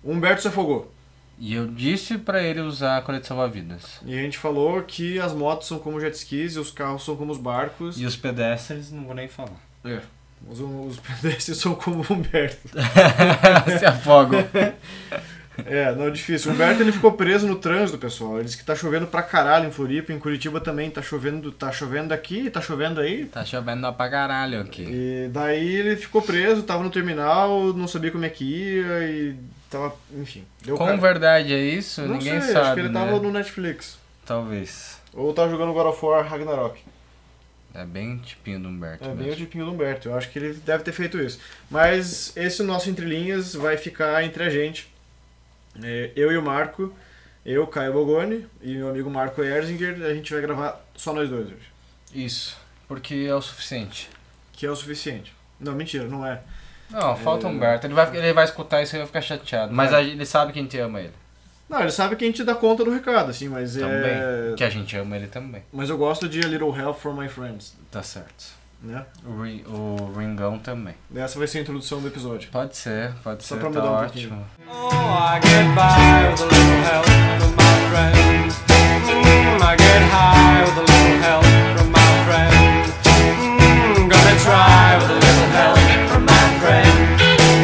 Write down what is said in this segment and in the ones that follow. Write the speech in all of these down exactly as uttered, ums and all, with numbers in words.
O Humberto se afogou. E eu disse pra ele usar a colete salva-vidas. E a gente falou que as motos são como jet skis e os carros são como os barcos. E os pedestres, não vou nem falar. É. Os, os pedestres são como o Humberto. Se afogam. É, não é difícil. O Humberto ele ficou preso no trânsito, pessoal. Ele disse que tá chovendo pra caralho em Floripa, em Curitiba também tá chovendo, tá chovendo aqui, tá chovendo aí. Tá chovendo pra caralho aqui. E daí ele ficou preso, tava no terminal, não sabia como é que ia e tava, enfim. Deu Com cara... verdade é isso? Não Ninguém sei, sabe, acho que ele né? tava no Netflix. Talvez. Ou tava jogando God of War Ragnarok. É bem tipinho do Humberto. É mesmo. bem o tipinho do Humberto, eu acho que ele deve ter feito isso. Mas esse nosso Entre Linhas vai ficar entre a gente. Eu e o Marco, eu, Caio Bogoni e meu amigo Marco Erzinger, a gente vai gravar só nós dois hoje. Isso, porque é o suficiente. Que é o suficiente. Não, mentira, não é. Não, falta É... o Humberto. Ele vai, ele vai escutar isso e vai ficar chateado. Mas É. a- ele sabe que a gente ama ele. Não, ele sabe que a gente dá conta do recado, assim, mas Também. é... Que a gente ama ele também. Mas eu gosto de A Little Help from My Friends, Tá certo. né? O, Ri- o Ringão também. Essa vai ser a introdução do episódio. Pode ser, pode Só ser. pra Tá mudar um ótimo. Oh, I get by with a little help from my friends. Mm, I get high with a little help from my friends. Mm, gonna try with a little help from my friends.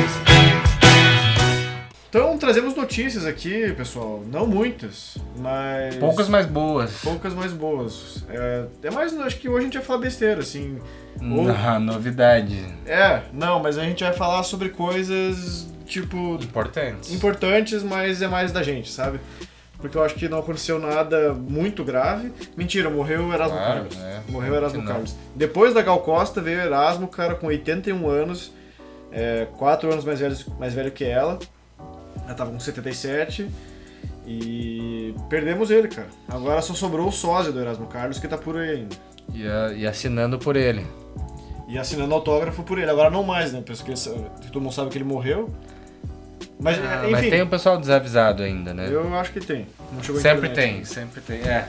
Então, trazemos notícias aqui, pessoal. Não muitas, mas... Poucas mais boas. Poucas mais boas. É, é mais, acho que hoje a gente vai falar besteira, assim. Ou- Ah, novidade. É, não, mas a gente vai falar sobre coisas, tipo, Importantes. importantes, mas é mais da gente, sabe? Porque eu acho que não aconteceu nada muito grave. Mentira, morreu o Erasmo Claro, Carlos. é. Morreu o Erasmo Que não. Carlos. Depois da Gal Costa veio o Erasmo, cara, com oitenta e um anos, é, quatro anos mais velho, mais velho que ela. Ela tava com setenta e sete e perdemos ele, cara. Agora só sobrou o sósia do Erasmo Carlos, que tá por aí ainda. E, a- e assinando por ele. E assinando autógrafo por ele. Agora não mais, né? Penso que ele- todo mundo sabe que ele morreu. Mas, Ah, enfim, mas tem o pessoal desavisado ainda, né? eu acho que tem. Não chegou a Sempre internet. tem, sempre tem. É.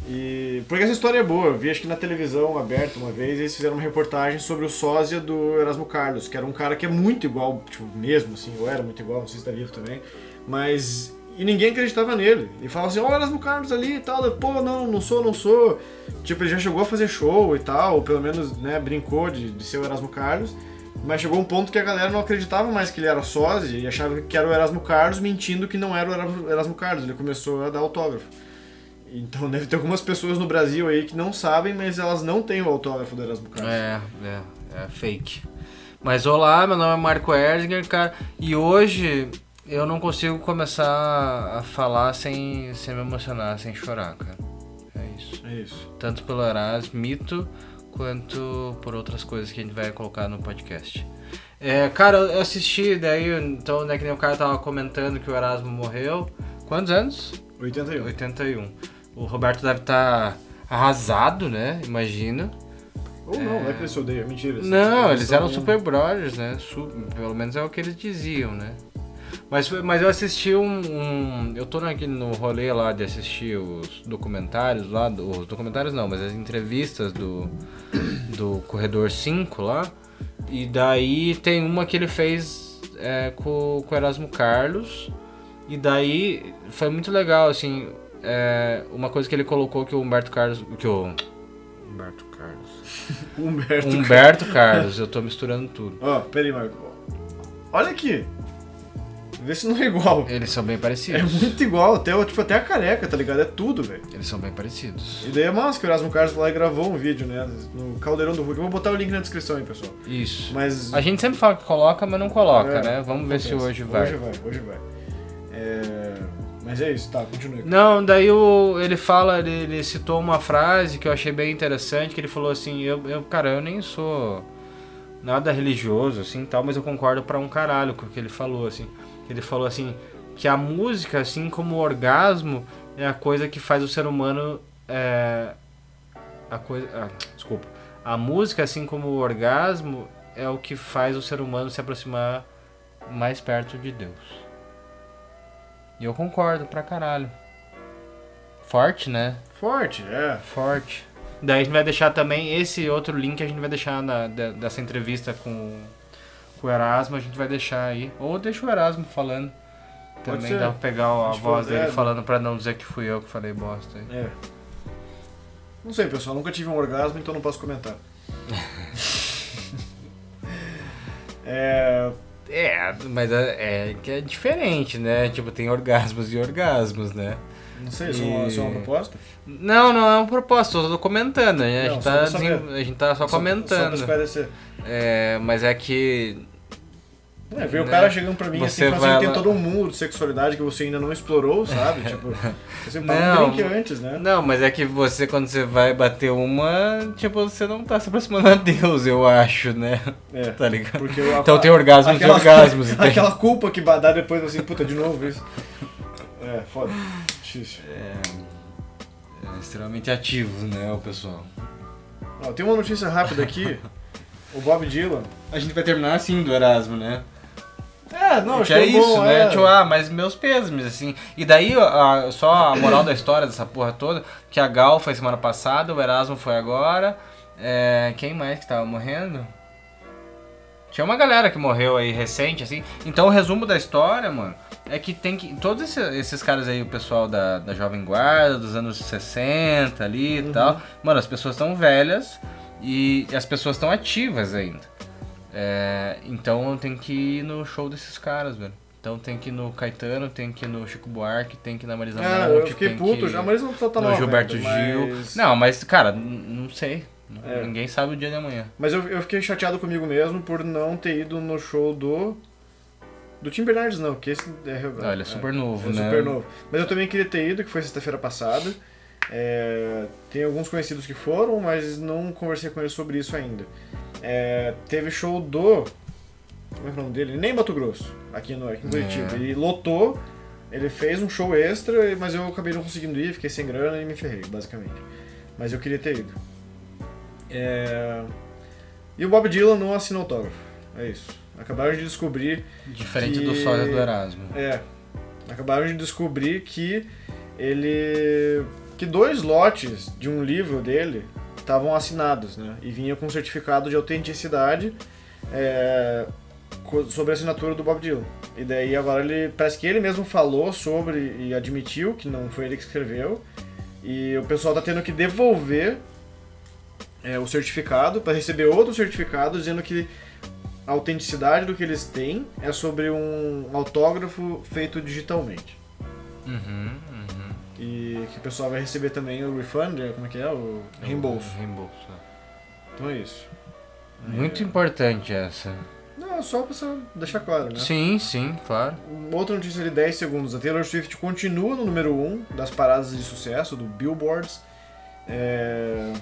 E porque essa história é boa, eu vi acho que na televisão aberta uma vez, eles fizeram uma reportagem sobre o sósia do Erasmo Carlos, que era um cara que é muito igual, tipo, mesmo assim, ou era muito igual, não sei se tá vivo também, mas... E ninguém acreditava nele. E falava assim, ó, o Erasmo Carlos ali e tal, pô, não, não sou, não sou. Tipo, ele já chegou a fazer show e tal, ou pelo menos, né, brincou de, de ser o Erasmo Carlos, mas chegou um ponto que a galera não acreditava mais que ele era sósia e achava que era o Erasmo Carlos, mentindo que não era o Erasmo- Erasmo Carlos, ele começou a dar autógrafo. Então deve ter algumas pessoas no Brasil aí que não sabem, mas elas não têm o autógrafo do Erasmo Carlos. É, é, é fake. Mas olá, meu nome é Marco Erzinger, cara, e hoje eu não consigo começar a falar sem, sem me emocionar, sem chorar, cara. É isso. É isso. Tanto pelo Erasmo, mito, quanto por outras coisas que a gente vai colocar no podcast. É, cara, eu assisti, daí, então, né, que nem o cara tava comentando que o Erasmo morreu. Quantos anos? oitenta e um. oitenta e um. O Roberto deve estar arrasado, né? Imagino. Ou não, não é que eles se odeiam, é mentira. Não, eles eram são- super brothers, né? Su- pelo menos é o que eles diziam, né? Mas, foi- mas eu assisti um, um- Eu tô aqui no rolê lá de assistir os documentários lá. do- Os documentários não, mas as entrevistas do, do Corredor cinco lá. E daí tem uma que ele fez é, com, com o Erasmo Carlos. E daí foi muito legal, assim. É, uma coisa que ele colocou que o Humberto Carlos. Que o. Humberto Carlos. Humberto. Humberto Carlos, eu tô misturando tudo. Ó, peraí, Marco. Olha aqui. Vê se não é igual. Eles são bem É parecidos. muito igual, até, tipo, até a careca, tá ligado? É tudo, velho. Eles são bem parecidos. E daí é massa que o Erasmo Carlos foi lá e gravou um vídeo, né? No Caldeirão do Hulk. Eu vou botar o link na descrição aí, pessoal. Isso. Mas... A gente sempre fala que coloca, mas não coloca, É, né? Vamos ver se acontece. hoje vai. Hoje vai, hoje vai. É... Mas é isso, tá, continue. Não, daí o, ele fala, ele, ele citou uma frase que eu achei bem interessante, que ele falou assim, eu, eu cara, eu nem sou nada religioso, assim, tal, mas eu concordo pra um caralho com o que ele falou, assim. Ele falou assim, que a música, assim como o orgasmo, é a coisa que faz o ser humano, é, a coisa, ah, desculpa, a música, assim como o orgasmo, é o que faz o ser humano se aproximar mais perto de Deus. E eu concordo pra caralho. Forte, né? Forte, é. Forte. Daí a gente vai deixar também esse outro link, a gente vai deixar na, de- dessa entrevista com, com o Erasmo, a gente vai deixar aí. Ou deixa o Erasmo falando. Também ser. dá pra pegar a Tipo, voz é, dele falando pra não dizer que fui eu que falei bosta aí. É. Não sei, pessoal, nunca tive um orgasmo, então não posso comentar. é... É, mas é, é que é diferente, né? Tipo, tem orgasmos e orgasmos, né? Não sei, isso é uma, isso é uma proposta? Não, não é uma proposta, eu tô comentando, né? Não, a, gente só tá pra saber. desen- a gente tá só Só- comentando. Só pra esclarecer. É, mas é que. É, veio o Né? cara chegando pra mim Você assim, falando assim, vai tem lá- todo um mundo de sexualidade que você ainda não explorou, sabe? Tipo, você Não, fala um drink antes, né? Não, mas é que você, quando você vai bater uma, tipo, você não tá se aproximando a Deus, eu acho, né? É, Tá ligado? porque eu, Então tem orgasmos aquela- e orgasmos, entende? Aquela culpa que dá depois, assim, puta, de novo isso. É, foda. Difícil. É, é extremamente ativo, né, o pessoal. Ó, tem uma notícia rápida aqui. O Bob Dylan. A gente vai terminar assim do Erasmo, né? É, não, acho que que é é isso, bom, né? é. Tipo, ah, mas meus pêsames, assim. E daí, ó, só a moral da história dessa porra toda, que a Gal foi semana passada, o Erasmo foi agora. É, quem mais que tava morrendo? Tinha uma galera que morreu aí recente, assim. Então o resumo da história, mano, é que tem que. Todos esses, esses caras aí, o pessoal da, da Jovem Guarda, dos anos sessenta ali e Uhum. tal. Mano, as pessoas estão velhas e as pessoas estão ativas ainda. É, então tem que ir no show desses caras, velho. Então tem que ir no Caetano, tem que ir no Chico Buarque, tem que ir na Marisa Ah, Monte, eu fiquei tem puto que já, mas não tá tão no nova Gilberto ainda, Gil. mas... Não, mas, cara, n- não sei. É. Ninguém sabe o dia de amanhã. Mas eu, eu fiquei chateado comigo mesmo por não ter ido no show do... Do Tim Bernardes não, que esse é... Não, ele é super novo, é né? super novo. Mas eu também queria ter ido, que foi sexta-feira passada. É, tem alguns conhecidos que foram, mas não conversei com eles sobre isso ainda. É, teve show do... Como é que é o nome dele? Nem Mato Grosso, aqui, no, aqui em Curitiba. É. Ele lotou, ele fez um show extra, mas eu acabei não conseguindo ir, fiquei sem grana e me ferrei, basicamente. Mas eu queria ter ido. É... E o Bob Dylan não assina autógrafo, é isso. Acabaram de descobrir... Diferente que- do sósia do Erasmo. É, acabaram de descobrir que ele... que dois lotes de um livro dele estavam assinados, né? E vinha com um certificado de autenticidade é, co- sobre a assinatura do Bob Dylan. E daí agora ele... parece que ele mesmo falou sobre e admitiu que não foi ele que escreveu. E o pessoal tá tendo que devolver é, o certificado para receber outro certificado dizendo que a autenticidade do que eles têm é sobre um autógrafo feito digitalmente. Uhum, uhum. E que o pessoal vai receber também o refund, como é que é? O reembolso. O reembolso. Então é isso. Muito importante essa. Não, só pra só deixar claro, né? Sim, sim, claro. Outra notícia de dez segundos. A Taylor Swift continua no número um das paradas de sucesso, do Billboards. É...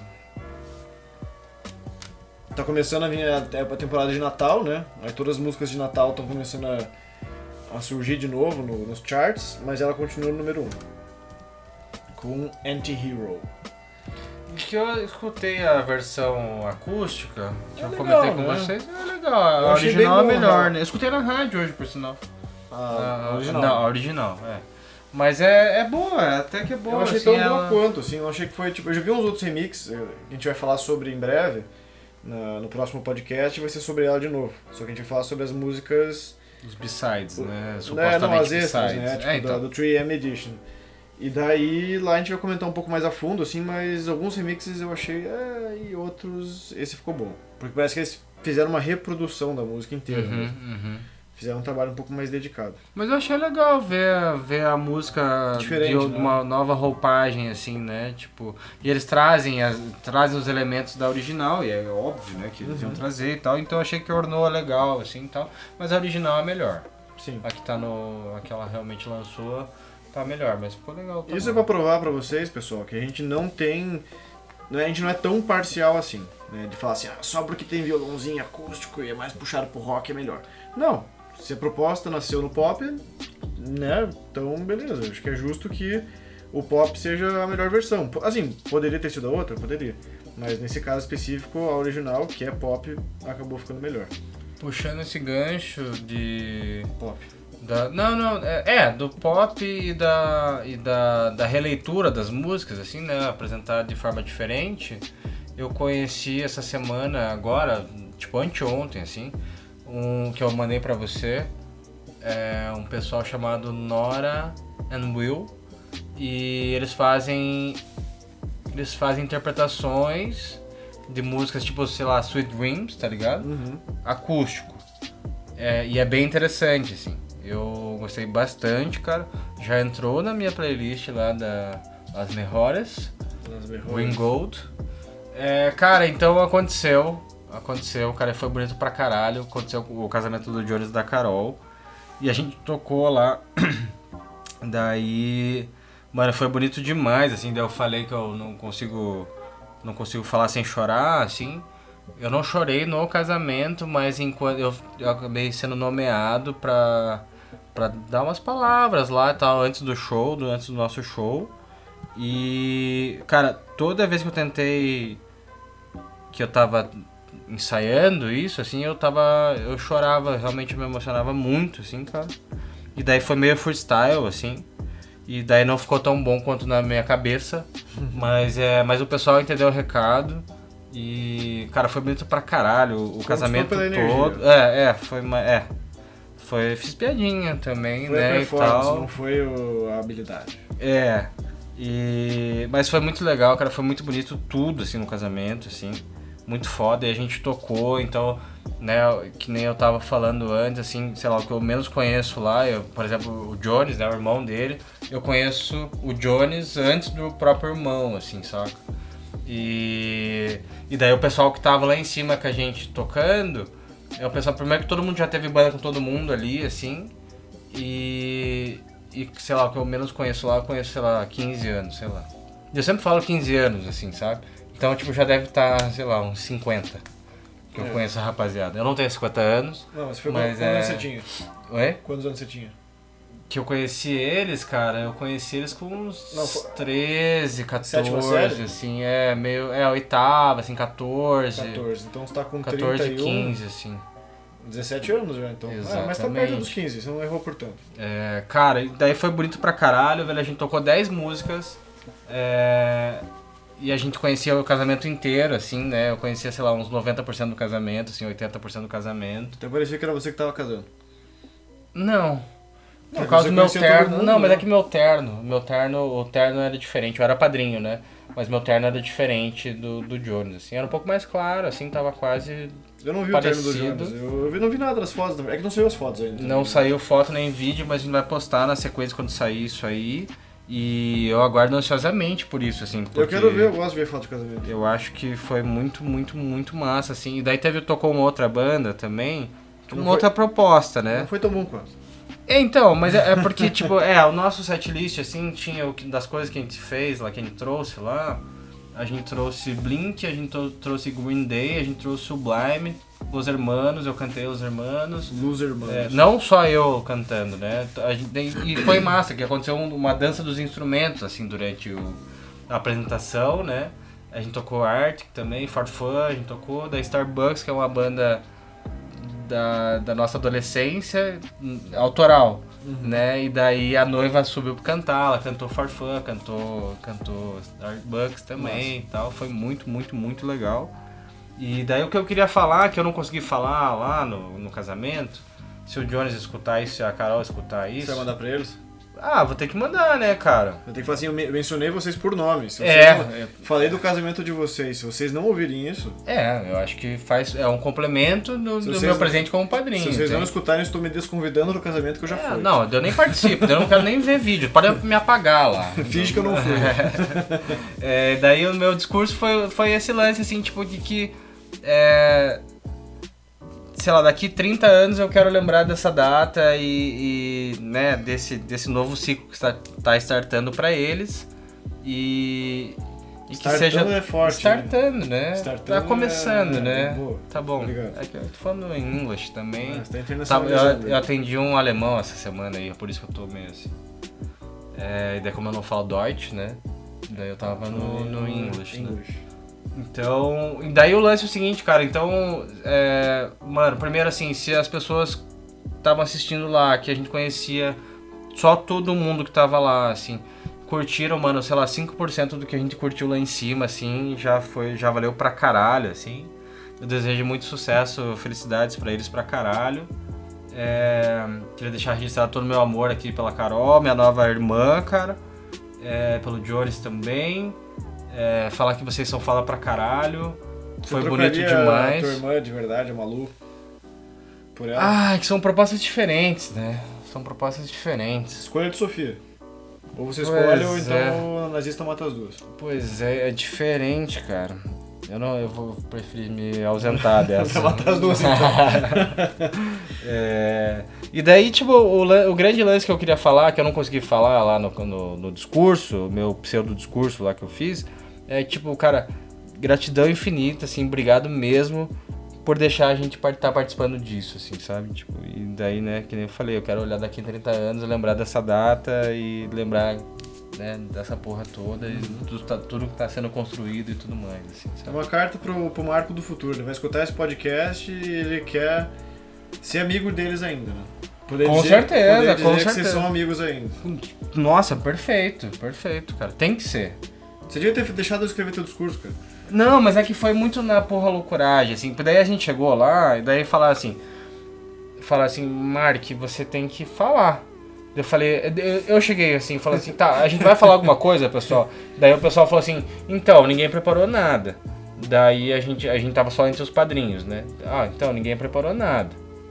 Tá começando a vir a, a temporada de Natal, né? Aí todas as músicas de Natal estão começando a, a surgir de novo no, nos charts, mas ela continua no número um. Com Anti-Hero. Que eu escutei a versão acústica, que É eu legal, comentei com né? vocês, é legal. A Eu achei original é bem bom, melhor, né? né? Eu escutei na rádio hoje, por sinal. A Ah, original. Não, a original, é. Mas é, é boa, é até que é boa. Eu achei assim, tão ela... boa quanto, assim, eu achei que foi, tipo, eu já vi uns outros remixes, eh, que a gente vai falar sobre em breve, na- no próximo podcast, vai ser sobre ela de novo. Só que a gente vai falar sobre as músicas, Os B-sides, né? né, Supostamente não, as extras, B-sides. né, tipo, é, então. da- do três M Edition. E daí, lá a gente vai comentar um pouco mais a fundo, assim, mas alguns remixes eu achei, é, e outros, esse ficou bom. Porque parece que eles fizeram uma reprodução da música inteira, Uhum, mesmo. uhum. Fizeram um trabalho um pouco mais dedicado. Mas eu achei legal ver, ver a música Diferente, de né? uma nova roupagem, assim, né? Tipo, e eles trazem, as, trazem os elementos da original, e é óbvio, né, que eles Uhum. iam trazer e tal, então eu achei que ornou legal, assim, e tal, mas a original é melhor. Sim. A que tá no... a que ela realmente lançou tá melhor, mas ficou legal. Tá Isso é bom. pra provar pra vocês, pessoal, que a gente não tem... né, a gente não é tão parcial assim, né? De falar assim, ah, só porque tem violãozinho acústico e é mais puxado pro rock é melhor. Não, se a proposta nasceu no pop, né? Então, beleza. Acho que é justo que o pop seja a melhor versão. Assim, poderia ter sido a outra? Poderia. Mas nesse caso específico, a original, que é pop, acabou ficando melhor. Puxando esse gancho de... Pop. Da, não, não, é, é, do pop e, da, e da, da releitura das músicas, assim, né, apresentada de forma diferente. Eu conheci essa semana, agora, tipo anteontem, assim, um que eu mandei pra você, é um pessoal chamado Nora and Will, e eles fazem eles fazem interpretações de músicas tipo, sei lá, Sweet Dreams, tá ligado? Uhum. Acústico. É, e é bem interessante, assim. Eu gostei bastante, cara. Já entrou na minha playlist lá da Las Mejores, Las Mejores. Green Gold. É, cara, então aconteceu. Aconteceu, cara, foi bonito pra caralho. Aconteceu o casamento do Jones e da Carol. E a gente tocou lá. Daí, mano, foi bonito demais, assim. Daí eu falei que eu não consigo, não consigo falar sem chorar, assim. Eu não chorei no casamento, mas enquanto eu, eu acabei sendo nomeado pra, pra dar umas palavras lá e tal, antes do show, do, antes do nosso show. E, cara, toda vez que eu tentei, que eu tava ensaiando isso, assim, eu tava, eu chorava, realmente me emocionava muito, assim, cara. E daí foi meio freestyle, assim, e daí não ficou tão bom quanto na minha cabeça, mas, é, mas o pessoal entendeu o recado. E, cara, foi bonito pra caralho, o Como casamento pela todo. energia. É, é, foi uma. É. Foi. Fiz piadinha também, Foi a né? E performance, tal. não foi o- a habilidade. É. E. Mas foi muito legal, cara. Foi muito bonito tudo, assim, no casamento, assim. Muito foda. E a gente tocou, então, né, que nem eu tava falando antes, assim, sei lá, o que eu menos conheço lá, eu, por exemplo, o Jones, né, o irmão dele, eu conheço o Jones antes do próprio irmão, assim, saca? E, e daí o pessoal que tava lá em cima com a gente tocando, é o pessoal, primeiro que todo mundo já teve banda com todo mundo ali, assim, e, e sei lá, o que eu menos conheço lá, eu conheço, sei lá, quinze anos, sei lá. Eu sempre falo quinze anos, assim, sabe? Então, tipo, já deve estar, sei lá, uns cinquenta, que eu É. conheço a rapaziada. Eu não tenho cinquenta anos, Não, mas foi Mas quantos é- anos você tinha? ué? Quantos anos você tinha? Que eu conheci eles, cara, eu conheci eles com uns Não, foi- treze, Sétima quatorze, série? assim, é, meio, é, oitava, assim, quatorze. quatorze. Então você tá com quatorze, trinta e um, quinze, assim. dezessete anos já, então. Ah, mas tá Exatamente. perto dos quinze, você não errou por tanto. É, cara, e daí foi bonito pra caralho, velho. A gente tocou dez músicas. É, e a gente conhecia o casamento inteiro, assim, né? Eu conhecia, sei lá, uns noventa por cento do casamento, assim, oitenta por cento do casamento. Até parecia que era você que tava casando. Não. Não, Por causa você do meu conhecia todo terno. mundo, Não, mas né? é que meu terno, meu terno, o terno era diferente. Eu era padrinho, né? Mas meu terno era diferente do, do Jones, assim. Era um pouco mais claro, assim, tava quase. Eu não vi o terno do Parecido. Jones, eu, eu vi- não vi nada das fotos, é que não saiu as fotos ainda. Não saiu foto nem vídeo, mas a gente vai postar na sequência quando sair isso aí. E eu aguardo ansiosamente por isso, assim. Eu porque quero ver, eu gosto de ver foto de casamento. Eu acho que foi muito, muito, muito massa, assim. E daí teve, tocou uma outra banda também, Não uma foi- outra proposta, né? Não foi tão bom quanto. É, então, mas é, é porque, tipo, é, o nosso setlist, assim, tinha o que, das coisas que a gente fez lá, que a gente trouxe lá. A gente trouxe Blink, a gente to- trouxe Green Day, a gente trouxe Sublime, Los Hermanos, eu cantei Los Hermanos. Loser, mano. É, não só eu cantando, né? A gente tem- e foi massa, que aconteceu um- uma dança dos instrumentos, assim, durante o, a apresentação, né? A gente tocou Arctic também, Fort Fun, a gente tocou da Starbucks, que é uma banda da, da nossa adolescência, hum, autoral, né? E daí a noiva subiu pra cantar, ela cantou Fort Fun, cantou, cantou Starbucks também e tal. Foi muito, muito, muito legal. E daí o que eu queria falar, que eu não consegui falar lá no, no casamento, se o Jones escutar isso, se a Carol escutar Você isso... vai mandar pra eles? Ah, vou ter que mandar, né, cara? Eu tenho que falar assim, eu me- mencionei vocês por nome. Se vocês É. não- Falei do casamento de vocês, se vocês não ouvirem isso, É, eu acho que faz, é um complemento do, Se do vocês meu não- presente como padrinho. se vocês não entende? escutarem, eu estou me desconvidando do casamento que eu já É, fui. não, eu nem participo, eu não quero nem ver vídeo, pode me apagar lá. Finge que eu não fui. É, daí o meu discurso foi, foi esse lance, assim, tipo, de que, é, sei lá, daqui trinta anos eu quero lembrar dessa data e, e, né, desse, desse novo ciclo que está tá startando pra eles e, e que Startando seja... é forte, Startando, né? Startando Tá começando, é- né? boa. Tá bom. Obrigado. É que eu tô falando em inglês também. Ah, você tá Sabe, internacionalizando. eu, eu atendi um alemão essa semana aí, é por isso que eu tô meio assim. É, e daí como eu não falo Deutsch, né? Daí eu tava no, no English, né? Então, e daí o lance é o seguinte, cara, então, é, mano, primeiro assim, se as pessoas estavam assistindo lá, que a gente conhecia só todo mundo que tava lá, assim, curtiram, mano, sei lá, cinco por cento do que a gente curtiu lá em cima, assim, já foi, já valeu pra caralho, assim. Eu desejo muito sucesso, felicidades pra eles pra caralho. É, queria deixar registrado todo o meu amor aqui pela Carol, minha nova irmã, cara. É, pelo Jones também. É, falar que vocês são fala pra caralho. Você Foi trocaria bonito demais. A tua irmã de verdade, a Malu, por ela? Ah, que são propostas diferentes, né? São propostas diferentes. Escolha de Sofia. Ou você Pois escolhe, ou então é. o nazista mata as duas. Pois é, é diferente, cara. Eu não, eu vou preferir me ausentar dessa. Vai matar as duas então. É, e daí, tipo, o, lan- o grande lance que eu queria falar, que eu não consegui falar lá no, no, no discurso, meu pseudo-discurso lá que eu fiz, é tipo, cara, gratidão infinita, assim, obrigado mesmo por deixar a gente estar tá participando disso, assim, sabe? Tipo, e daí, né, que nem eu falei, eu quero olhar daqui a trinta anos, lembrar dessa data e lembrar, né, dessa porra toda e do, tá, tudo que tá sendo construído e tudo mais, assim, É sabe? uma carta pro, pro Marco do futuro. Ele vai escutar esse podcast e ele quer ser amigo deles ainda, né? Poder Com dizer, certeza, poder dizer com que vocês certeza. são amigos ainda. Nossa, perfeito, perfeito, cara, tem que ser. Você devia ter deixado eu escrever teu discurso, cara. Não, mas é que foi muito na porra loucuragem, assim, daí a gente chegou lá e daí falaram assim, falaram assim, Mark, você tem que falar. Eu falei, eu, eu cheguei assim, falei assim, tá, a gente vai falar alguma coisa, pessoal? Daí o pessoal falou assim, então, ninguém preparou nada. Daí a gente, a gente tava só entre os padrinhos, né? Ah, então, ninguém preparou nada.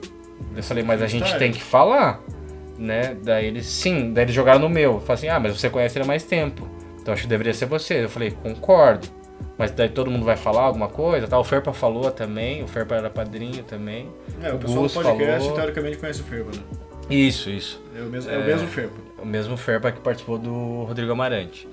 Eu falei, mas a gente tem que falar, né? Daí eles, sim, daí eles jogaram no meu. Eu falei assim, ah, mas você conhece ele há mais tempo, então acho que deveria ser você. Eu falei, concordo. Mas daí todo mundo vai falar alguma coisa, tá? O Ferpa falou também, o Ferpa era padrinho também. É, o, O pessoal Gus do podcast falou. teoricamente conhece o Ferpa, né? Isso, isso. É o mesmo, é... o mesmo Ferpa. O mesmo Ferpa que participou do Rodrigo Amarante.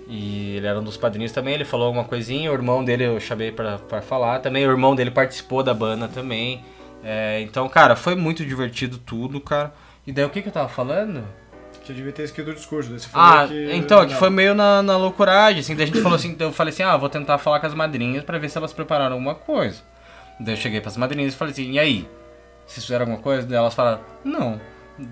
E ele era um dos padrinhos também, ele falou alguma coisinha, o irmão dele eu chamei pra, pra falar também, o irmão dele participou da banda também. É, então, cara, foi muito divertido tudo, cara. E daí o que que eu tava falando? Você devia ter escrito o discurso. Daí você falou Ah, que... então, que não. foi meio na, na loucuragem, assim, daí a gente falou assim, eu falei assim, ah, vou tentar falar com as madrinhas pra ver se elas prepararam alguma coisa. Daí eu cheguei pras madrinhas e falei assim, e aí? Vocês fizeram alguma coisa? Daí elas falaram, não.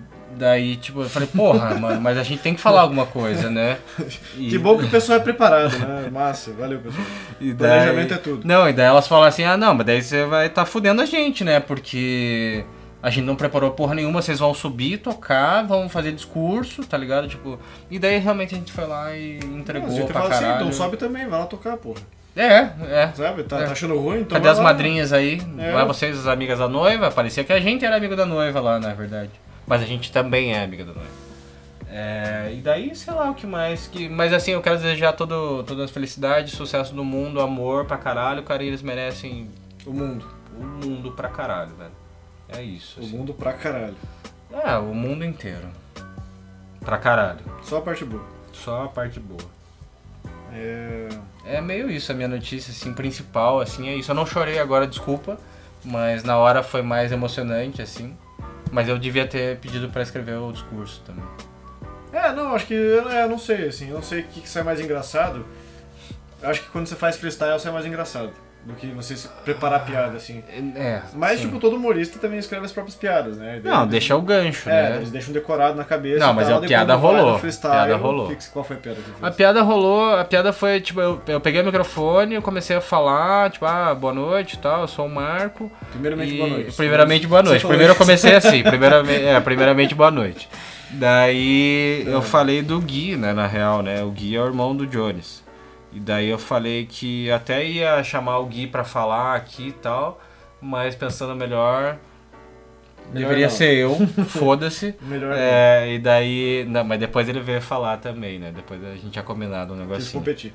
Daí, tipo, eu falei, porra, mano, mas a gente tem que falar alguma coisa, né? E... Que bom que o pessoal é preparado, né? Massa, valeu, pessoal. E Planejamento é tudo. Não, e daí elas falaram assim, ah, não, mas daí você vai tá fudendo a gente, né? Porque a gente não preparou porra nenhuma, vocês vão subir, tocar, vão fazer discurso, tá ligado? Tipo, e daí realmente a gente foi lá e entregou Você pra fala assim, caralho. então sobe também, vai lá tocar, porra. É, é. Sabe? Tá, É. tá achando ruim? Então Cadê vai as lá. madrinhas aí? É. Não é vocês as amigas da noiva? Parecia que a gente era amigo da noiva lá, na verdade. Mas a gente também é amiga da noiva. É, e daí, sei lá o que mais. Que, mas assim, eu quero desejar todo, toda a felicidade, sucesso do mundo, amor pra caralho, cara, e eles merecem O mundo. o mundo pra caralho, velho. É isso. O assim. mundo pra caralho. É, o mundo inteiro. Pra caralho. Só a parte boa. Só a parte boa. É... É meio isso, a minha notícia, assim, principal, assim, é isso. Eu não chorei agora, desculpa, mas na hora foi mais emocionante, assim. Mas eu devia ter pedido pra escrever o discurso também. É, não, acho que... É, não sei, assim, eu não sei o que, que sai mais engraçado. Acho que quando você faz freestyle sai mais engraçado do que você se preparar a piada, assim. É, Mas, sim. tipo, todo humorista também escreve as próprias piadas, né? Não, Eles- deixa o gancho, É, né? eles deixam decorado na cabeça. Não, e mas tal, a depois piada não vai no rolou, freestyle, piada rolou. que que- qual foi a piada que você A fez? piada rolou, a piada foi, tipo, eu, eu peguei o microfone, eu comecei a falar, tipo, ah, boa noite e tal, eu sou o Marco. Primeiramente, E- boa noite. Primeiramente, boa Você noite. falou Primeiro eu isso. comecei assim, primeiramente, é, primeiramente, boa noite. Daí eu falei do Gui, né, na real, né, o Gui é o irmão do Jones. E daí eu falei que até ia chamar o Gui pra falar aqui e tal, mas pensando melhor, Melhor deveria não. ser eu, foda-se. Melhor É, e daí, não, mas depois ele veio falar também, né, depois a gente tinha combinado um não. Quis negocinho. competir.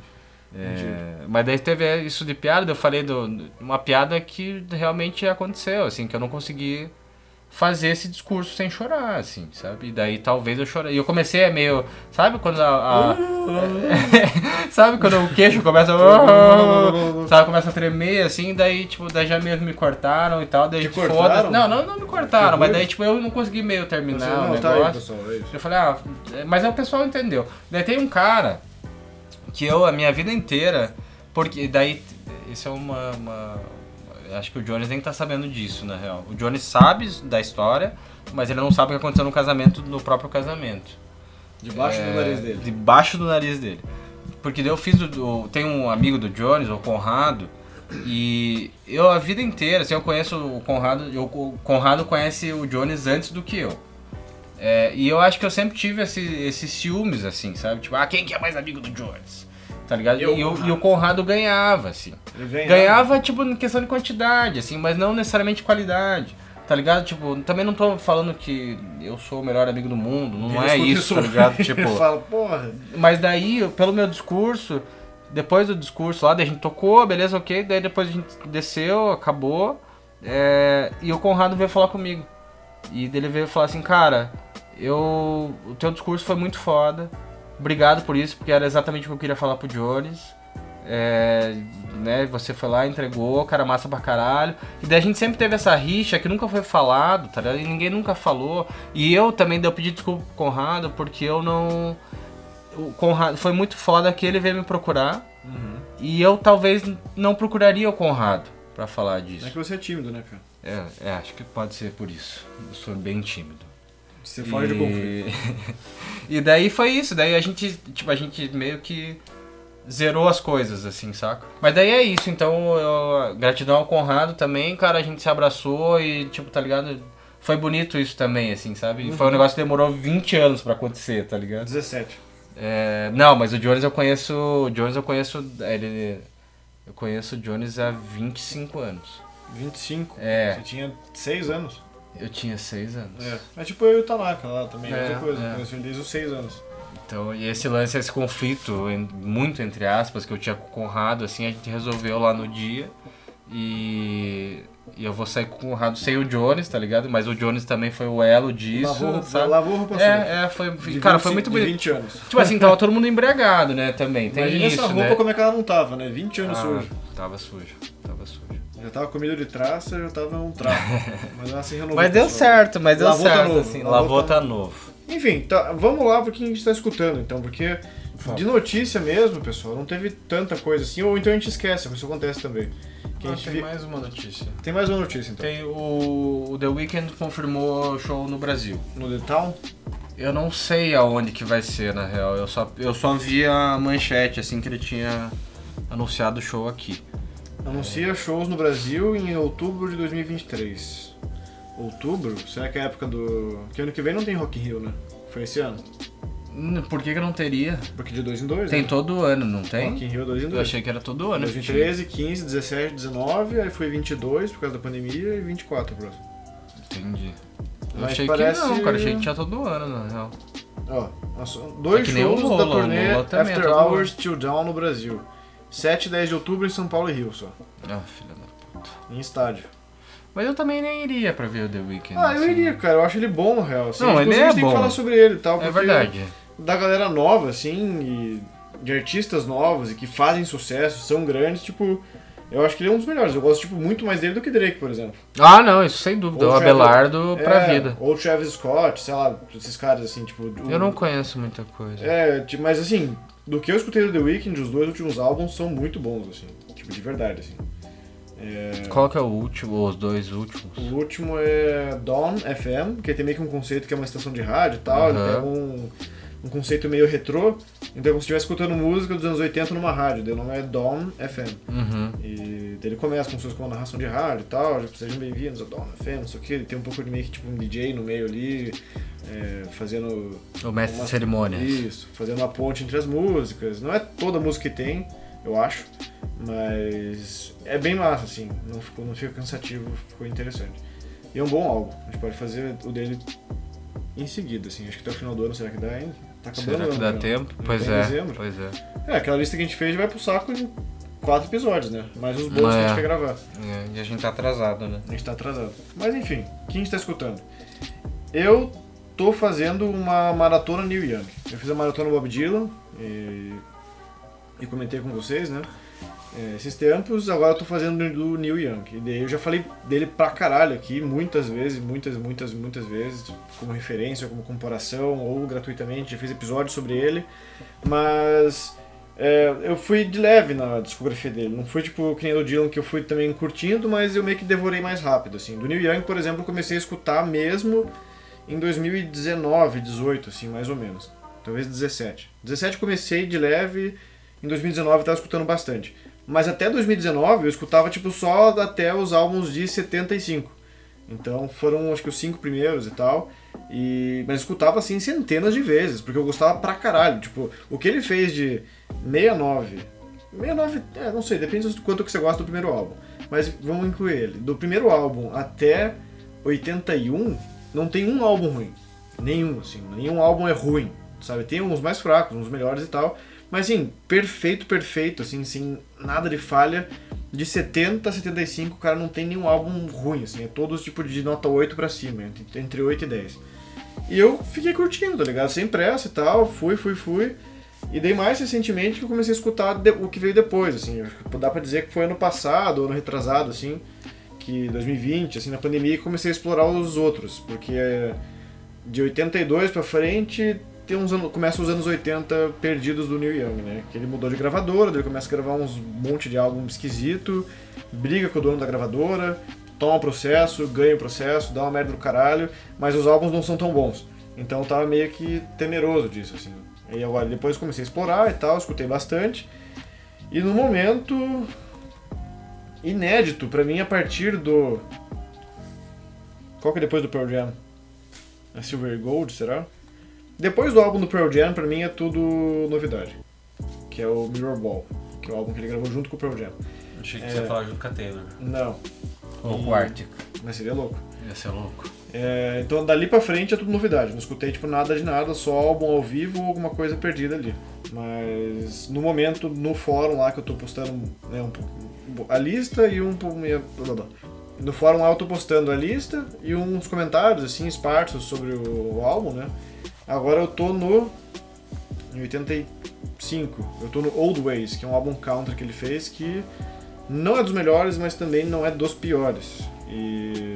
É, mas daí teve isso de piada, eu falei de uma piada que realmente aconteceu, assim, que eu não consegui fazer esse discurso sem chorar, assim, sabe? E daí talvez eu chorei. E eu comecei a meio, sabe quando a, a- sabe quando o queixo começa a, sabe, começa a tremer, assim, daí tipo, daí já meio que me cortaram e tal, daí Te foda-se. cortaram? Não, não, não me cortaram, Que mas ruim. daí tipo eu não consegui meio terminar Você, o não, tá aí, negócio. pessoal, é isso. Eu falei, ah, mas aí o pessoal entendeu. Daí tem um cara que eu, a minha vida inteira, porque daí, isso é uma, uma- acho que o Jones nem tá sabendo disso, na real. O Jones sabe da história, mas ele não sabe o que aconteceu no casamento, no próprio casamento. Debaixo É, do nariz dele. Debaixo do nariz dele. Porque daí eu fiz, o, o- tem um amigo do Jones, o Conrado, E eu a vida inteira, assim, eu conheço o Conrado, eu, o Conrado conhece o Jones antes do que eu. É, e eu acho que eu sempre tive esse, esses ciúmes, assim, sabe? Tipo, ah, quem que é mais amigo do Jones? Tá ligado? Eu, e, eu, Conrado. e o Conrado ganhava, assim. Ele ganhava. Ganhava, tipo, em questão de quantidade, assim, mas não necessariamente qualidade. Tá ligado? Tipo, também não tô falando que eu sou o melhor amigo do mundo, não Ele é escuta isso, tá ligado? Tipo, Ele fala, porra. mas daí, pelo meu discurso, depois do discurso lá, daí a gente tocou, beleza, ok, daí depois a gente desceu, acabou, é, e o Conrado veio falar comigo. E dele veio falar assim, cara, eu, o teu discurso foi muito foda, obrigado por isso, porque era exatamente o que eu queria falar pro Jones. É, né, você foi lá, entregou, cara, massa pra caralho. E daí a gente sempre teve essa rixa que nunca foi falado, tá ligado? E ninguém nunca falou. E eu também dei pedir desculpa pro Conrado, porque eu não... O Conrado foi muito foda que ele veio me procurar. Uhum. E eu talvez não procuraria o Conrado pra falar disso. É que você é tímido, né, cara? É, é, acho que pode ser por isso. Eu sou bem tímido. Você foge de conflito. E daí foi isso, daí a gente, tipo, a gente meio que zerou as coisas, assim, saca? Mas daí é isso, então, eu, gratidão ao Conrado também, cara, a gente se abraçou e, tipo, tá ligado? Foi bonito isso também, assim, sabe? Uhum. Foi um negócio que demorou vinte anos pra acontecer, tá ligado? dezessete. É, não, mas o Jones eu conheço, o Jones eu conheço, ele, eu conheço o Jones há vinte e cinco anos. vinte e cinco? É. Você tinha seis anos? Eu tinha seis anos. É. É tipo eu e o Tanaka lá também, É, outra coisa. é. Eu conheci ele desde os seis anos. Então, e esse lance, esse conflito, en- muito entre aspas, que eu tinha com o Conrado, assim, a gente resolveu lá no dia. E, e eu vou sair com o Conrado sem o Jones, tá ligado? Mas o Jones também foi o elo disso, Lavou, roupa- sabe? lavou roupa suja. É, é, foi, De cara, vinte foi muito de bonito. vinte anos. Tipo assim, tava todo mundo embriagado, né, também, tem Imagina isso, essa roupa né? como é que ela não tava, né? vinte anos Ah, suja. tava sujo, tava sujo. Já tava comida de traça, já tava um trapo. Mas ela se renovou. Mas deu pessoal. certo, mas deu Lavou tá certo, novo, assim, lavou lavou tá tá novo. Enfim, tá, vamos lá pro que a gente tá escutando, então, porque favor. de notícia mesmo, pessoal, não teve tanta coisa assim, ou então a gente esquece, isso acontece também. Que a Ah, gente tem vi- mais uma notícia. Tem mais uma notícia, então. Tem o, o The Weeknd confirmou show no Brasil. No The Town? Eu não sei aonde que vai ser, na real. Eu só, eu só vi a manchete, assim, que ele tinha anunciado o show aqui. Anuncia shows no Brasil em outubro de dois mil e vinte e três. Outubro? Será que é a época do... Que ano que vem não tem Rock in Rio, né? Foi esse ano. Hum, Por que que não teria? Porque de dois em dois, Tem né? todo ano, não tem? Rock in Rio dois em Eu dois. achei que era todo ano. dois mil e treze, quinze, dezessete, dezenove, aí foi vinte e dois por causa da pandemia e vinte e quatro próximo. Entendi. Eu Mas achei parece- que não, cara. Achei que tinha todo ano, na real. Ó, nossa, dois É que nem o shows Lola, da turnê o Lola também é After todo Hours Till Down no Brasil. sete e dez de outubro em São Paulo e Rio só, Ah, filha da puta. em estádio. Mas eu também nem iria pra ver o The Weeknd. Ah, eu assim. iria, cara, eu acho ele bom, na real. Assim, Não, ele inclusive, é a gente tem bom. que falar sobre ele e tal, É porque verdade. da galera nova, assim, e de artistas novos e que fazem sucesso, são grandes, tipo, eu acho que ele é um dos melhores. Eu gosto, tipo, muito mais dele do que Drake, por exemplo. Ah, não, isso sem dúvida. Ou O Travis- Abelardo pra É, vida. Ou Travis Scott, sei lá, esses caras, assim, tipo... o- Eu não conheço muita coisa. É, tipo, mas assim, do que eu escutei do The Weeknd, os dois últimos álbuns são muito bons, assim, tipo, de verdade, assim. É, Qual que é o último, ou os dois últimos? o último é Dawn F M, que tem meio que um conceito que é uma estação de rádio e tal, ele Aham. pega um, um conceito meio retrô, então é como se estivesse escutando música dos anos oitenta numa rádio, daí o nome é Dawn F M. Uhum. E daí ele começa com coisas como uma narração de rádio e tal, já sejam bem-vindos a Dawn F M, não sei o que, ele tem um pouco de meio que tipo um D J no meio ali, é, fazendo... O mestre Uma- de cerimônias. Isso, fazendo uma ponte entre as músicas. Não é toda música que tem, eu acho, mas é bem massa, assim, não, ficou, não fica cansativo, ficou interessante. E é um bom álbum, a gente pode fazer o dele em seguida, assim, acho que até o final do ano, será que dá ainda? Tá acabando Será o que ano dá já. tempo? Já Pois tá em é, dezembro. pois é. É, aquela lista que a gente fez vai pro saco em quatro episódios, né? Mais os bônus que a É. gente quer gravar. É, e a gente tá atrasado, né? A gente tá atrasado. Mas enfim, o que a gente tá escutando? Eu tô fazendo uma maratona Neil Young. Eu fiz a maratona Bob Dylan e, e comentei com vocês, né? É, esses tempos, agora eu tô fazendo do Neil Young. E daí eu já falei dele pra caralho aqui, muitas vezes, muitas, muitas, muitas vezes, como referência, como comparação, ou gratuitamente, já fiz episódios sobre ele. Mas é, eu fui de leve na discografia dele, não foi tipo que nem do Dylan, que eu fui também curtindo, mas eu meio que devorei mais rápido, assim. Do Neil Young, por exemplo, eu comecei a escutar mesmo em dois mil e dezenove, dezoito, assim, mais ou menos. Talvez dezessete. dezessete comecei de leve, em dois mil e dezenove eu tava escutando bastante. Mas até dois mil e dezenove eu escutava tipo só até os álbuns de setenta e cinco. Então foram acho que os cinco primeiros e tal. E... Mas eu escutava assim centenas de vezes, porque eu gostava pra caralho. Tipo, o que ele fez de sessenta e nove... sessenta e nove, é, não sei, depende do quanto que você gosta do primeiro álbum. Mas vamos incluir ele. Do primeiro álbum até oitenta e um, não tem um álbum ruim. Nenhum, assim. Nenhum álbum é ruim, sabe? Tem uns mais fracos, uns melhores e tal. Mas, assim, perfeito, perfeito, assim, sem nada de falha. De setenta a setenta e cinco, o cara não tem nenhum álbum ruim, assim. É todos, tipo, de nota oito pra cima, entre oito e dez. E eu fiquei curtindo, tá ligado? Sem pressa e tal, fui, fui, fui. E daí mais recentemente que eu comecei a escutar o que veio depois, assim. Dá pra dizer que foi ano passado, ano retrasado, assim. Que dois mil e vinte, assim, na pandemia, que comecei a explorar os outros. Porque de oitenta e dois pra frente, tem uns anos, começa os anos oitenta perdidos do Neil Young, né? Que ele mudou de gravadora, daí ele começa a gravar uns monte de álbum esquisito, briga com o dono da gravadora, toma o processo, ganha o processo, dá uma merda do caralho, mas os álbuns não são tão bons. Então eu tava meio que temeroso disso, assim. E agora depois comecei a explorar e tal, escutei bastante. E no momento inédito pra mim a partir do... Qual que é depois do Pearl Jam? É Silver Gold, será? Depois do álbum do Pearl Jam, pra mim é tudo novidade. Que é o Mirror Ball, que é o álbum que ele gravou junto com o Pearl Jam. Achei que É... você ia falar junto com a Taylor. Não. Ou o Arctic. Mas seria louco. Ia ser louco. É, então dali pra frente é tudo novidade. Não escutei tipo nada de nada, só álbum ao vivo ou alguma coisa perdida ali. Mas no momento, no fórum lá que eu tô postando, né, um, a lista e um... No fórum lá eu tô postando a lista e uns comentários assim, esparsos sobre o, o álbum, né? Agora eu tô no... Em oitenta e cinco, eu tô no Old Ways, que é um álbum country que ele fez que não é dos melhores, mas também não é dos piores. E...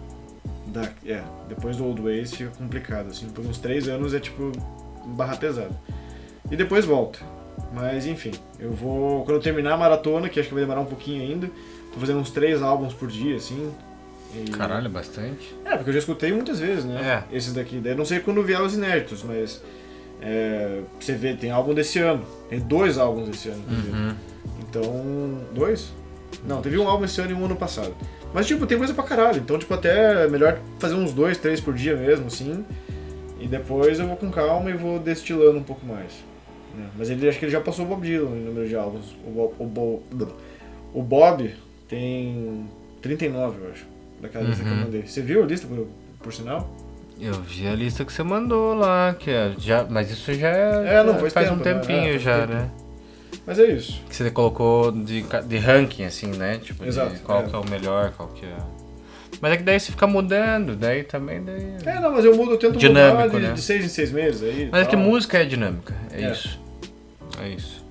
Da, é, depois do Old Ways fica complicado, assim, por uns três anos é tipo barra pesada. E depois volta. Mas enfim, eu vou, quando eu terminar a maratona, que acho que vai demorar um pouquinho ainda, tô fazendo uns três álbuns por dia, assim. E... Caralho, bastante. É, porque eu já escutei muitas vezes, né? É. Esses daqui. Daí não sei quando vier os inéditos, mas é, você vê, tem álbum desse ano. Tem dois álbuns desse ano, uhum. Então, dois? Não, teve um álbum esse ano e um ano passado. Mas, tipo, tem coisa pra caralho. Então, tipo, até é melhor fazer uns dois, três por dia mesmo, assim. E depois eu vou com calma e vou destilando um pouco mais. Né? Mas ele, acho que ele já passou o Bob Dylan em número de álbuns. O Bob, o Bob, o Bob tem trinta e nove, eu acho, daquela lista uhum. que eu mandei. Você viu a lista, por, por sinal? Eu vi a lista que você mandou lá, que é, já, mas isso já, é, não, já faz, faz tempo, um tempinho né? É, já, tempo. né? Mas é isso. Que você colocou de, de ranking, assim, né? Tipo, exato, de qual é. que é o melhor, qual que é... Mas é que daí você fica mudando, daí também... Daí... É, não, mas eu mudo, eu tento dinâmico, mudar de, né? de seis em seis meses. Aí, mas é tal. que música é dinâmica, é, é. isso. É isso.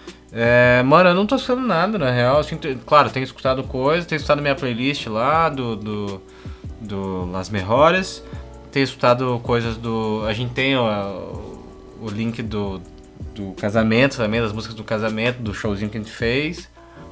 É, mano, eu não tô escutando nada, na real. Assim, t- claro, tenho escutado coisas, tenho escutado minha playlist lá, do, do, do Las Mejores. Tenho escutado coisas do... A gente tem o, o link do, do casamento também, das músicas do casamento, do showzinho que a gente fez.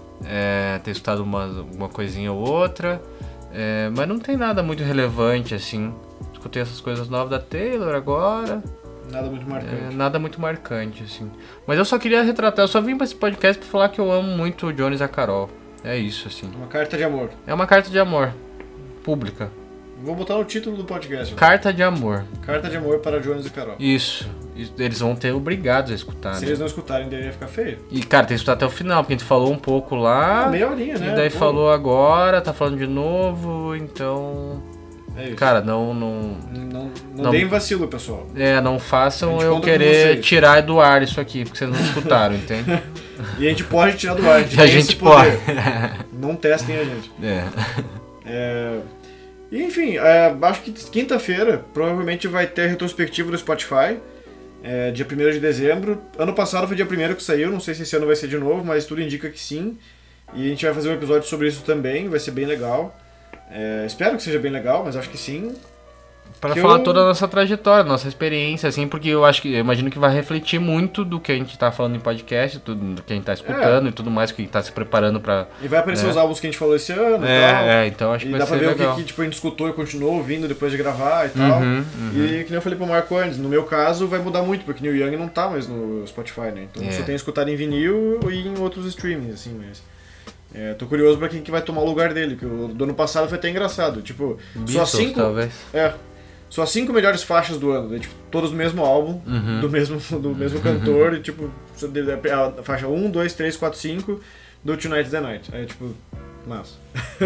É, tenho escutado uma, uma coisinha ou outra. É, mas não tem nada muito relevante, assim. Escutei essas coisas novas da Taylor agora. Nada muito marcante. É, nada muito marcante, assim. Mas eu só queria retratar, eu só vim pra esse podcast pra falar que eu amo muito o Jones e a Carol. É isso, assim. Uma carta de amor. É uma carta de amor. Pública. Vou botar no título do podcast. Carta de amor. Carta de amor para Jones e Carol. Isso. Eles vão ter obrigados a escutar, Se né? eles não escutarem, deveria ficar feio. E, cara, tem que escutar até o final, porque a gente falou um pouco lá. Ah, meia horinha, né? E daí Pô. falou agora, tá falando de novo, então... É isso. Cara, não... Não, não, não, não- deem vacilo, pessoal. é, não A façam gente eu conta com querer vocês. tirar do ar isso aqui, porque vocês não escutaram, entende? E a gente pode tirar do ar. A gente, E a tem gente esse poder. pode. Não testem a gente. É. É... E, enfim, é, acho que quinta-feira provavelmente vai ter retrospectiva do Spotify. É, dia primeiro de dezembro. Ano passado foi dia primeiro que saiu, não sei se esse ano vai ser de novo, mas tudo indica que sim. E a gente vai fazer um episódio sobre isso também, vai ser bem legal. É, espero que seja bem legal, mas acho que sim. Pra Que falar eu- toda a nossa trajetória, nossa experiência, assim, porque eu acho que, eu imagino que vai refletir muito do que a gente tá falando em podcast, tudo, do que a gente tá escutando É. e tudo mais, que tá se preparando pra... E vai aparecer né? os álbuns que a gente falou esse ano e tal. É, é, então acho E que vai dá pra ser ver legal. o que, que tipo, a gente escutou e continuou ouvindo depois de gravar e tal. Uhum, uhum. E que nem eu falei pro Marco antes, no meu caso vai mudar muito, porque Neil Young não tá mais no Spotify, né? Então É. você tem escutado em vinil e em outros streamings, assim, mas... É, tô curioso pra quem que vai tomar o lugar dele, que o do ano passado foi até engraçado. Tipo, só Beatles, cinco... talvez. É, só as cinco melhores faixas do ano, né? Tipo, todas do mesmo álbum, Uhum. do mesmo, do mesmo cantor, e tipo, a faixa um, dois, três, quatro, cinco do Tonight's the Night. Aí, tipo, massa.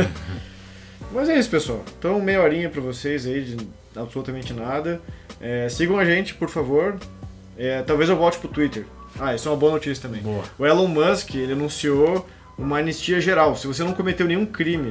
Mas é isso, pessoal. Então, meia horinha pra vocês aí de absolutamente nada. É, sigam a gente, por favor. É, talvez eu volte pro Twitter. Ah, isso é uma boa notícia também. Boa. O Elon Musk, ele anunciou uma anistia geral. Se você não cometeu nenhum crime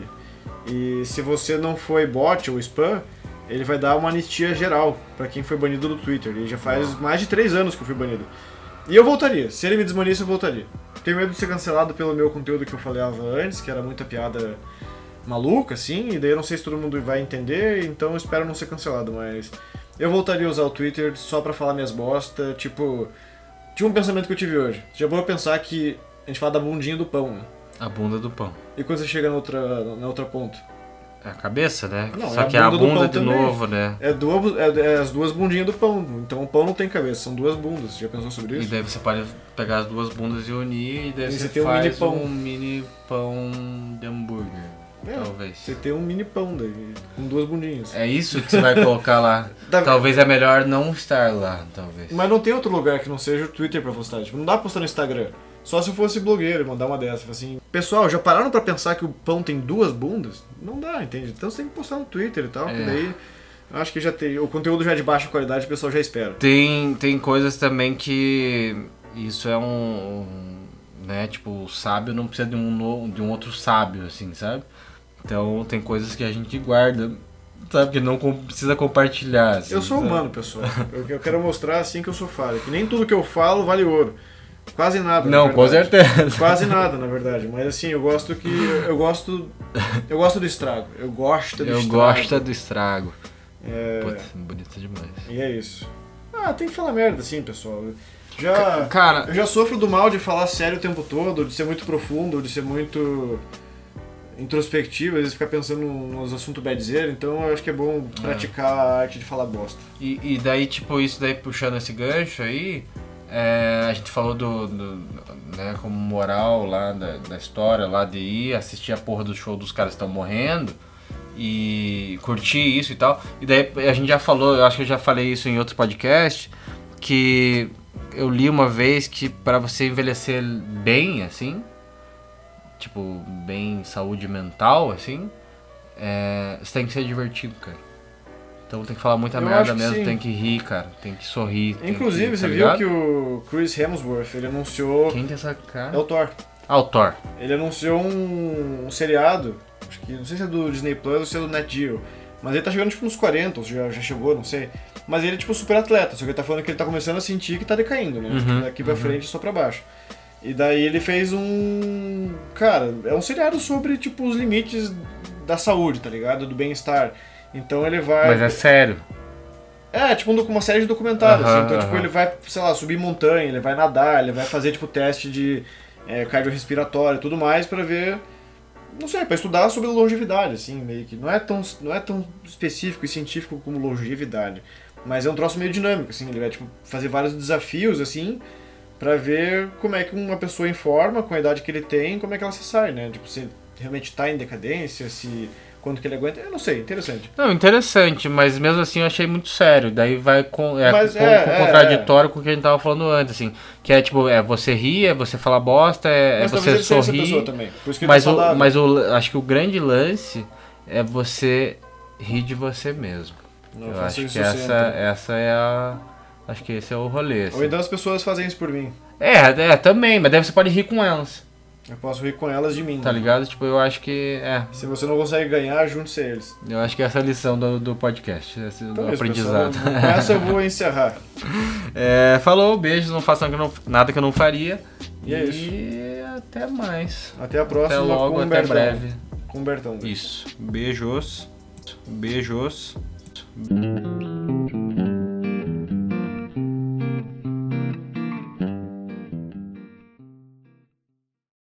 e se você não foi bot ou spam, ele vai dar uma anistia geral pra quem foi banido do Twitter. E já faz mais de três anos que eu fui banido. E eu voltaria. Se ele me desbanisse, eu voltaria. Tenho medo de ser cancelado pelo meu conteúdo que eu falava antes, que era muita piada maluca, assim, e daí eu não sei se todo mundo vai entender, então eu espero não ser cancelado, mas eu voltaria a usar o Twitter só pra falar minhas bosta, tipo... Tinha um pensamento que eu tive hoje. Já vou pensar que a gente fala da bundinha do pão, né? A bunda do pão. E quando você chega na outra, na outra ponta? É a cabeça, né? Não, Só é a que é a bunda do bunda pão de também. novo, né? É, duas, é, é as duas bundinhas do pão. Então o pão não tem cabeça, são duas bundas. Você já pensou sobre E isso? daí você pode pegar as duas bundas e unir, e daí E você, você tem um faz mini pão. um mini pão de hambúrguer, É, talvez. Você tem um mini pão daí, com duas bundinhas. É isso que você vai colocar lá. Dá- Talvez é melhor não estar lá, talvez. Mas não tem outro lugar que não seja o Twitter pra postar. Tipo, não dá pra postar no Instagram. Só se eu fosse blogueiro e mandar uma dessa. Assim, pessoal, já pararam pra pensar que o pão tem duas bundas? Não dá, entende? Então você tem que postar no Twitter e tal, É. que daí eu acho que já tem. O conteúdo já é de baixa qualidade, o pessoal já espera. Tem, tem coisas também que isso é um, um, né, tipo, o sábio não precisa de um, no- de um outro sábio, assim, sabe? Então tem coisas que a gente guarda, sabe, que não com- precisa compartilhar. assim, Eu sou sabe? humano, pessoal. Eu, eu quero mostrar assim que eu sou falho. Que nem tudo que eu falo vale ouro. Quase nada. na Não, com verdade. certeza. Quase nada, na verdade. Mas assim, eu gosto que. Eu gosto. Eu gosto do estrago. Eu gosto do Eu estrago. gosto do estrago. É, Putz, bonito demais. e é isso. Ah, tem que falar merda, assim, pessoal. Já. Cara, Eu já sofro do mal de falar sério o tempo todo, de ser muito profundo, de ser muito introspectivo, às vezes ficar pensando nos assuntos badzer, então eu acho que é bom praticar a arte de falar bosta. E, e daí, tipo, isso daí puxando esse gancho aí, é, a gente falou do, do- né, como moral lá da, da história, lá de ir assistir a porra do show dos caras que estão morrendo e curtir isso e tal. E daí a gente já falou, eu acho que eu já falei isso em outros podcasts, que eu li uma vez que pra você envelhecer bem, assim, tipo, bem saúde mental, assim, é, você tem que ser divertido, cara. Então tem que falar muita Eu merda acho que mesmo, sim. tem que rir, cara, tem que sorrir. tem Inclusive, que, você tá viu ligado? que o Chris Hemsworth, ele anunciou... Quem tem essa cara? É o Thor. Ah, o Thor. Ele anunciou um, um seriado, acho que não sei se é do Disney Plus ou se é do Net Geo, mas ele tá chegando tipo nos quarenta, ou já, já chegou, não sei. Mas ele é tipo super atleta, só que ele tá falando que ele tá começando a sentir que tá decaindo, né? Uhum, Daqui pra uhum. frente só pra baixo. E daí ele fez um... Cara, é um seriado sobre tipo os limites da saúde, tá ligado? Do bem-estar. Então ele vai... Mas é sério. É, tipo um docu- uma série de documentários, Aham, assim. Então, tipo, aham. ele vai, sei lá, subir montanha, ele vai nadar, ele vai fazer, tipo, teste de é, cardiorrespiratório e tudo mais pra ver... Não sei, pra estudar sobre longevidade, assim, meio que... Não é tão, não é tão específico e científico como longevidade, mas é um troço meio dinâmico, assim. Ele vai, tipo, fazer vários desafios, assim, pra ver como é que uma pessoa em forma, com a idade que ele tem, como é que ela se sai, né? Tipo, se ele realmente tá em decadência, se... Quanto que ele aguenta, eu não sei, interessante. Não, interessante, mas mesmo assim eu achei muito sério. Daí vai com, é, Mas com- é, com é, contraditório com o que a gente tava falando antes, assim. Que é tipo, é você rir, é você falar bosta, é, é Mas você talvez ele seja essa sorrir. pessoa também, por isso que ele Mas, tá o, saudável. mas o, acho que o grande lance é você rir de você mesmo. Não eu faço acho isso que essa, sempre. essa é a. Acho que esse é o rolê. assim. Ou então as pessoas fazem isso por mim. É, é, também, mas daí você pode rir com elas, Eu posso rir com elas de mim. tá ligado? Tipo, eu acho que. É. Se você não consegue ganhar, junte-se a eles. Eu acho que essa é a lição do, do podcast, esse, do Então é isso, aprendizado. pessoal. Com essa eu vou encerrar. É, falou, beijos, não façam que eu não- nada que eu não faria. E é E até mais. Até a próxima. Até logo, com o até Bertão. breve. Com o Bertão. Isso. Beijos. Beijos. aí.